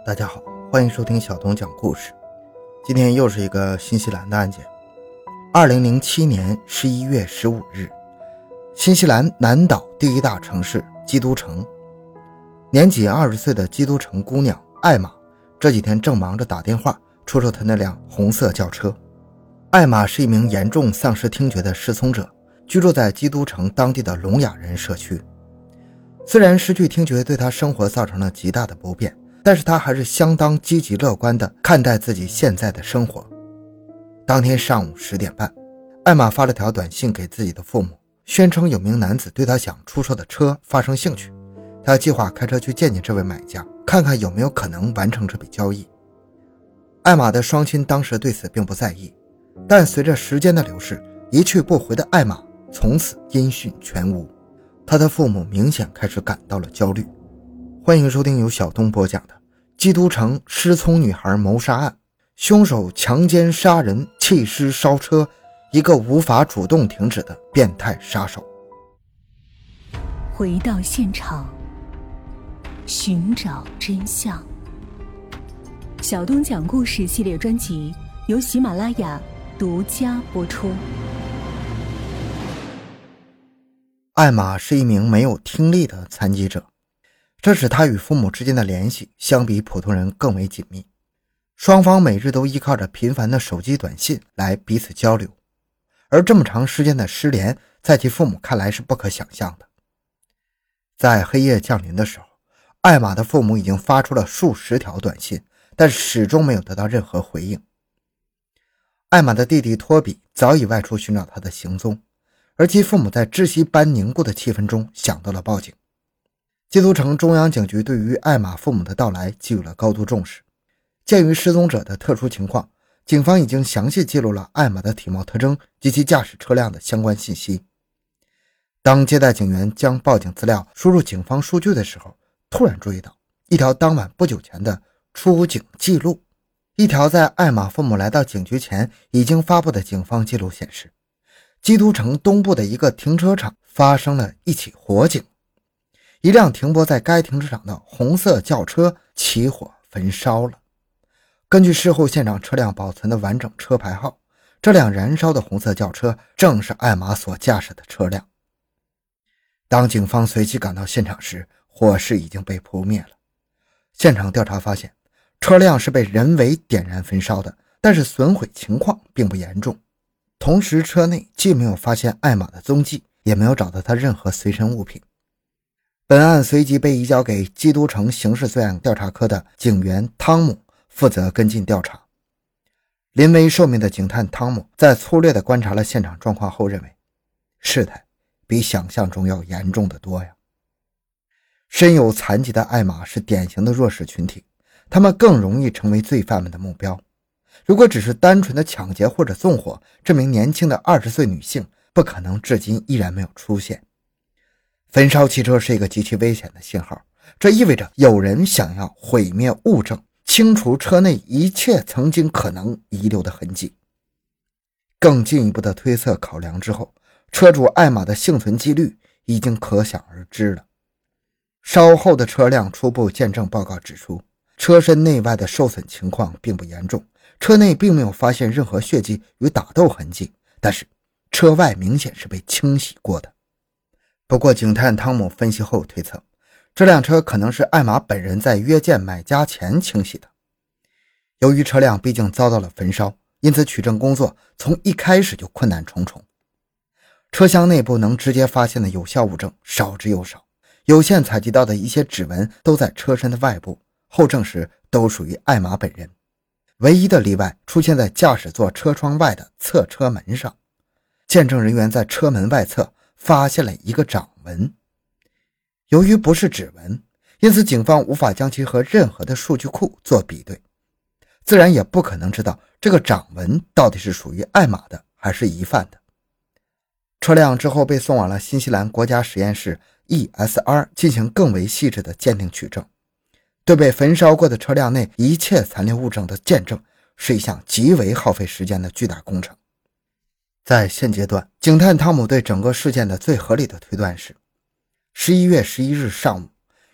大家好，欢迎收听小东讲故事。今天又是一个新西兰的案件。2007年11月15日，新西兰南岛第一大城市基督城，年仅20岁的基督城姑娘艾玛这几天正忙着打电话出售她那辆红色轿车。艾玛是一名严重丧失听觉的失聪者，居住在基督城当地的聋哑人社区。虽然失去听觉对她生活造成了极大的不便，但是她还是相当积极乐观地看待自己现在的生活。当天上午10点半，艾玛发了条短信给自己的父母，宣称有名男子对她想出售的车发生兴趣，她计划开车去见见这位买家，看看有没有可能完成这笔交易。艾玛的双亲当时对此并不在意，但随着时间的流逝，一去不回的艾玛从此音讯全无，她的父母明显开始感到了焦虑。欢迎收听由小东播讲的基督城失聪女孩谋杀案，凶手强奸杀人弃尸烧车，一个无法主动停止的变态杀手。 回到现场，寻找真相。小东讲故事系列专辑由喜马拉雅独家播出。 艾玛是一名没有听力的残疾者，这使她与父母之间的联系相比普通人更为紧密，双方每日都依靠着频繁的手机短信来彼此交流，而这么长时间的失联在其父母看来是不可想象的。在黑夜降临的时候，艾玛的父母已经发出了数十条短信，但始终没有得到任何回应。艾玛的弟弟托比早已外出寻找她的行踪，而其父母在窒息般凝固的气氛中想到了报警。基督城中央警局对于艾玛父母的到来给予了高度重视。鉴于失踪者的特殊情况，警方已经详细记录了艾玛的体貌特征及其驾驶车辆的相关信息。当接待警员将报警资料输入警方数据的时候，突然注意到一条当晚不久前的出警记录。一条在艾玛父母来到警局前已经发布的警方记录显示，基督城东部的一个停车场发生了一起火警，一辆停泊在该停车场的红色轿车起火焚烧了。根据事后现场车辆保存的完整车牌号，这辆燃烧的红色轿车正是艾玛所驾驶的车辆。当警方随即赶到现场时，火势已经被扑灭了。现场调查发现，车辆是被人为点燃焚烧的，但是损毁情况并不严重。同时车内既没有发现艾玛的踪迹，也没有找到她任何随身物品。本案随即被移交给基督城刑事罪案调查科的警员汤姆负责跟进调查。临危受命的警探汤姆在粗略地观察了现场状况后认为，事态比想象中要严重得多呀。身有残疾的艾玛是典型的弱势群体，他们更容易成为罪犯们的目标。如果只是单纯的抢劫或者纵火，这名年轻的20岁女性不可能至今依然没有出现。焚烧汽车是一个极其危险的信号，这意味着有人想要毁灭物证，清除车内一切曾经可能遗留的痕迹。更进一步的推测考量之后，车主艾玛的幸存几率已经可想而知了。稍后的车辆初步见证报告指出，车身内外的受损情况并不严重，车内并没有发现任何血迹与打斗痕迹，但是车外明显是被清洗过的。不过警探汤姆分析后推测，这辆车可能是艾玛本人在约见买家前清洗的。由于车辆毕竟遭到了焚烧，因此取证工作从一开始就困难重重。车厢内部能直接发现的有效物证少之又少，有限采集到的一些指纹都在车身的外部，后证时都属于艾玛本人。唯一的例外出现在驾驶座车窗外的侧车门上，见证人员在车门外侧发现了一个掌纹。由于不是指纹，因此警方无法将其和任何的数据库做比对，自然也不可能知道这个掌纹到底是属于艾玛的还是疑犯的。车辆之后被送往了新西兰国家实验室 ESR 进行更为细致的鉴定取证。对被焚烧过的车辆内一切残留物证的见证是一项极为耗费时间的巨大工程。在现阶段，警探汤姆对整个事件的最合理的推断是，11月11日上午，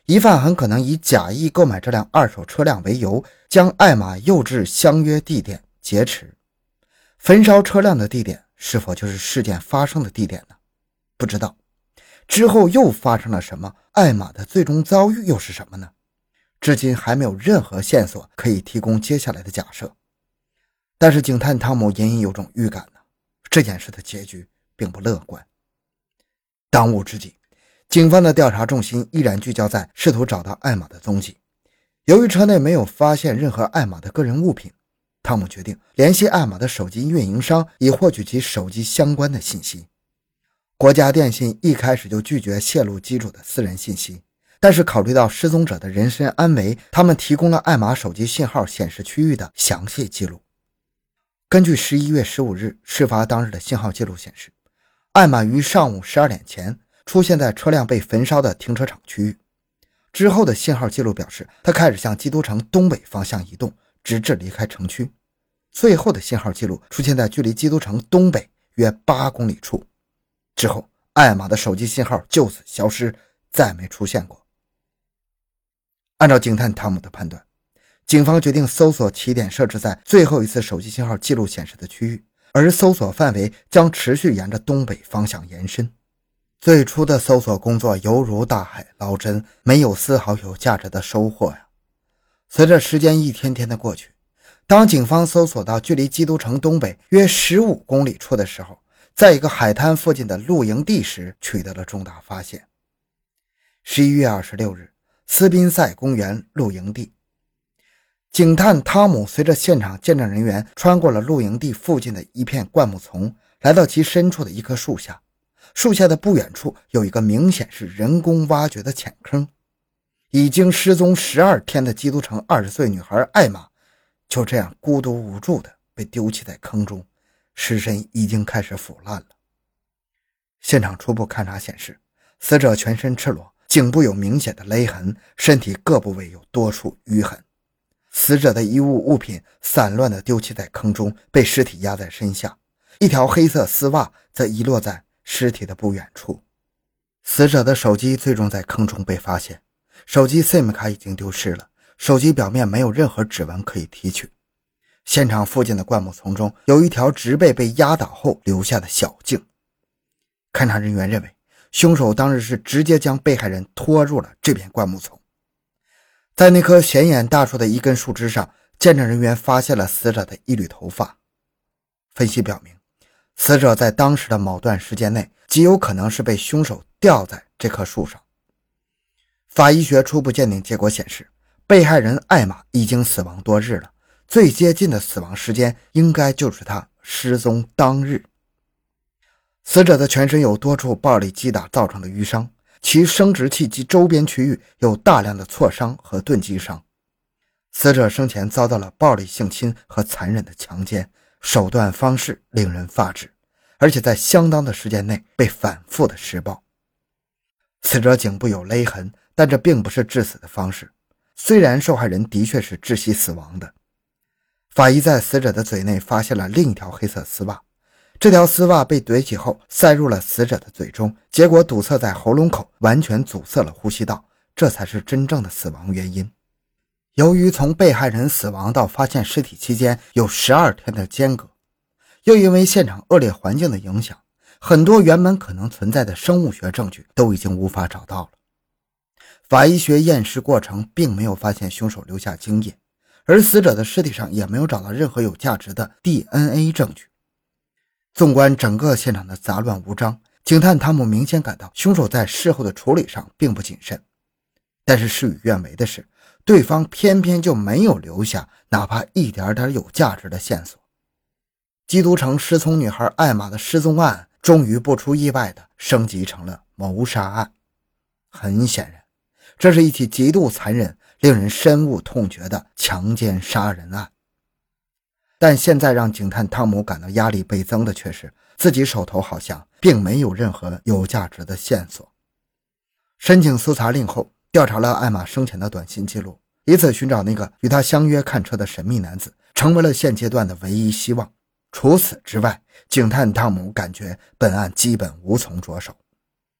疑犯很可能以假意购买这辆二手车辆为由，将艾玛诱至相约地点劫持。焚烧车辆的地点是否就是事件发生的地点呢？不知道。之后又发生了什么？艾玛的最终遭遇又是什么呢？至今还没有任何线索可以提供接下来的假设。但是警探汤姆隐隐有种预感呢，这件事的结局并不乐观。当务之急，警方的调查重心依然聚焦在试图找到艾玛的踪迹。由于车内没有发现任何艾玛的个人物品，汤姆决定联系艾玛的手机运营商，以获取其手机相关的信息。国家电信一开始就拒绝泄露机主的私人信息，但是考虑到失踪者的人身安危，他们提供了艾玛手机信号显示区域的详细记录。根据11月15日事发当日的信号记录显示，艾玛于上午12点前出现在车辆被焚烧的停车场区域。之后的信号记录表示，他开始向基督城东北方向移动，直至离开城区。最后的信号记录出现在距离基督城东北约8公里处。之后，艾玛的手机信号就此消失，再没出现过。按照警探汤姆的判断，警方决定搜索起点设置在最后一次手机信号记录显示的区域，而搜索范围将持续沿着东北方向延伸。最初的搜索工作犹如大海捞针，没有丝毫有价值的收获呀。随着时间一天天的过去，当警方搜索到距离基督城东北约15公里处的时候，在一个海滩附近的露营地时取得了重大发现。11月26日，斯宾塞公园露营地，警探汤姆随着现场见证人员穿过了露营地附近的一片灌木丛，来到其深处的一棵树下。树下的不远处有一个明显是人工挖掘的浅坑。已经失踪12天的基督城20岁女孩艾玛就这样孤独无助地被丢弃在坑中，尸身已经开始腐烂了。现场初步勘查显示，死者全身赤裸，颈部有明显的勒痕，身体各部位有多处淤痕。死者的衣物物品散乱地丢弃在坑中，被尸体压在身下，一条黑色丝袜则遗落在尸体的不远处。死者的手机最终在坑中被发现，手机 SIM 卡已经丢失了，手机表面没有任何指纹可以提取。现场附近的灌木丛中有一条植被被压倒后留下的小径。勘查人员认为，凶手当日是直接将被害人拖入了这片灌木丛。在那棵显眼大树的一根树枝上，见证人员发现了死者的一缕头发。分析表明，死者在当时的某段时间内极有可能是被凶手吊在这棵树上。法医学初步鉴定结果显示，被害人艾玛已经死亡多日了，最接近的死亡时间应该就是他失踪当日。死者的全身有多处暴力击打造成的淤伤，其生殖器及周边区域有大量的挫伤和钝击伤。死者生前遭到了暴力性侵和残忍的强奸，手段方式令人发指，而且在相当的时间内被反复的施暴。死者颈部有勒痕，但这并不是致死的方式，虽然受害人的确是窒息死亡的。法医在死者的嘴内发现了另一条黑色丝袜，这条丝袜被怼起后塞入了死者的嘴中，结果堵塞在喉咙口，完全阻塞了呼吸道，这才是真正的死亡原因。由于从被害人死亡到发现尸体期间有12天的间隔，又因为现场恶劣环境的影响，很多原本可能存在的生物学证据都已经无法找到了。法医学验尸过程并没有发现凶手留下精液，而死者的尸体上也没有找到任何有价值的 DNA 证据。纵观整个现场的杂乱无章，警探汤姆明显感到凶手在事后的处理上并不谨慎。但是事与愿违的是，对方偏偏就没有留下哪怕一点点有价值的线索。基督城失踪女孩艾玛的失踪案终于不出意外的升级成了谋杀案。很显然，这是一起极度残忍、令人深恶痛绝的强奸杀人案。但现在让警探汤姆感到压力倍增的却是，自己手头好像并没有任何有价值的线索。申请搜查令后，调查了艾玛生前的短信记录，以此寻找那个与他相约看车的神秘男子，成为了现阶段的唯一希望。除此之外，警探汤姆感觉本案基本无从着手。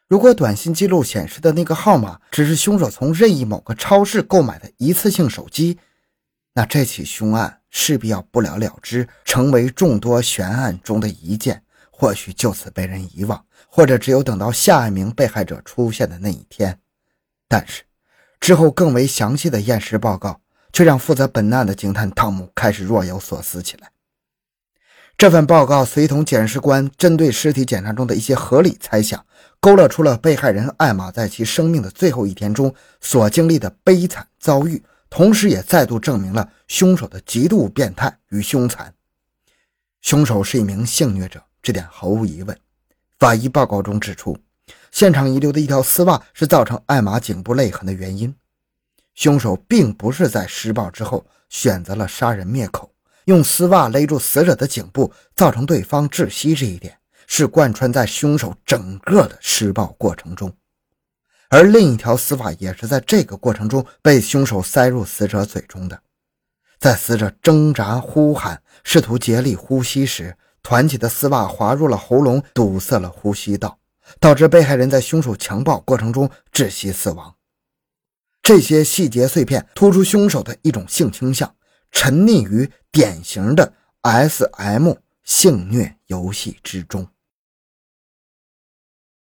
如果短信记录显示的那个号码只是凶手从任意某个超市购买的一次性手机，那这起凶案势必要不了了之，成为众多悬案中的一件，或许就此被人遗忘，或者只有等到下一名被害者出现的那一天。但是之后更为详细的验尸报告却让负责本案的警探汤姆开始若有所思起来。这份报告随同检视官针对尸体检查中的一些合理猜想，勾勒出了被害人艾玛在其生命的最后一天中所经历的悲惨遭遇，同时也再度证明了凶手的极度变态与凶残。凶手是一名性虐者，这点毫无疑问。法医报告中指出，现场遗留的一条丝袜是造成艾玛颈部勒痕的原因。凶手并不是在施暴之后选择了杀人灭口，用丝袜勒住死者的颈部，造成对方窒息，这一点是贯穿在凶手整个的施暴过程中。而另一条丝袜也是在这个过程中被凶手塞入死者嘴中的。在死者挣扎呼喊试图竭力呼吸时，团起的丝袜滑入了喉咙，堵塞了呼吸道，导致被害人在凶手强暴过程中窒息死亡。这些细节碎片突出凶手的一种性倾向，沉溺于典型的 SM 性虐游戏之中。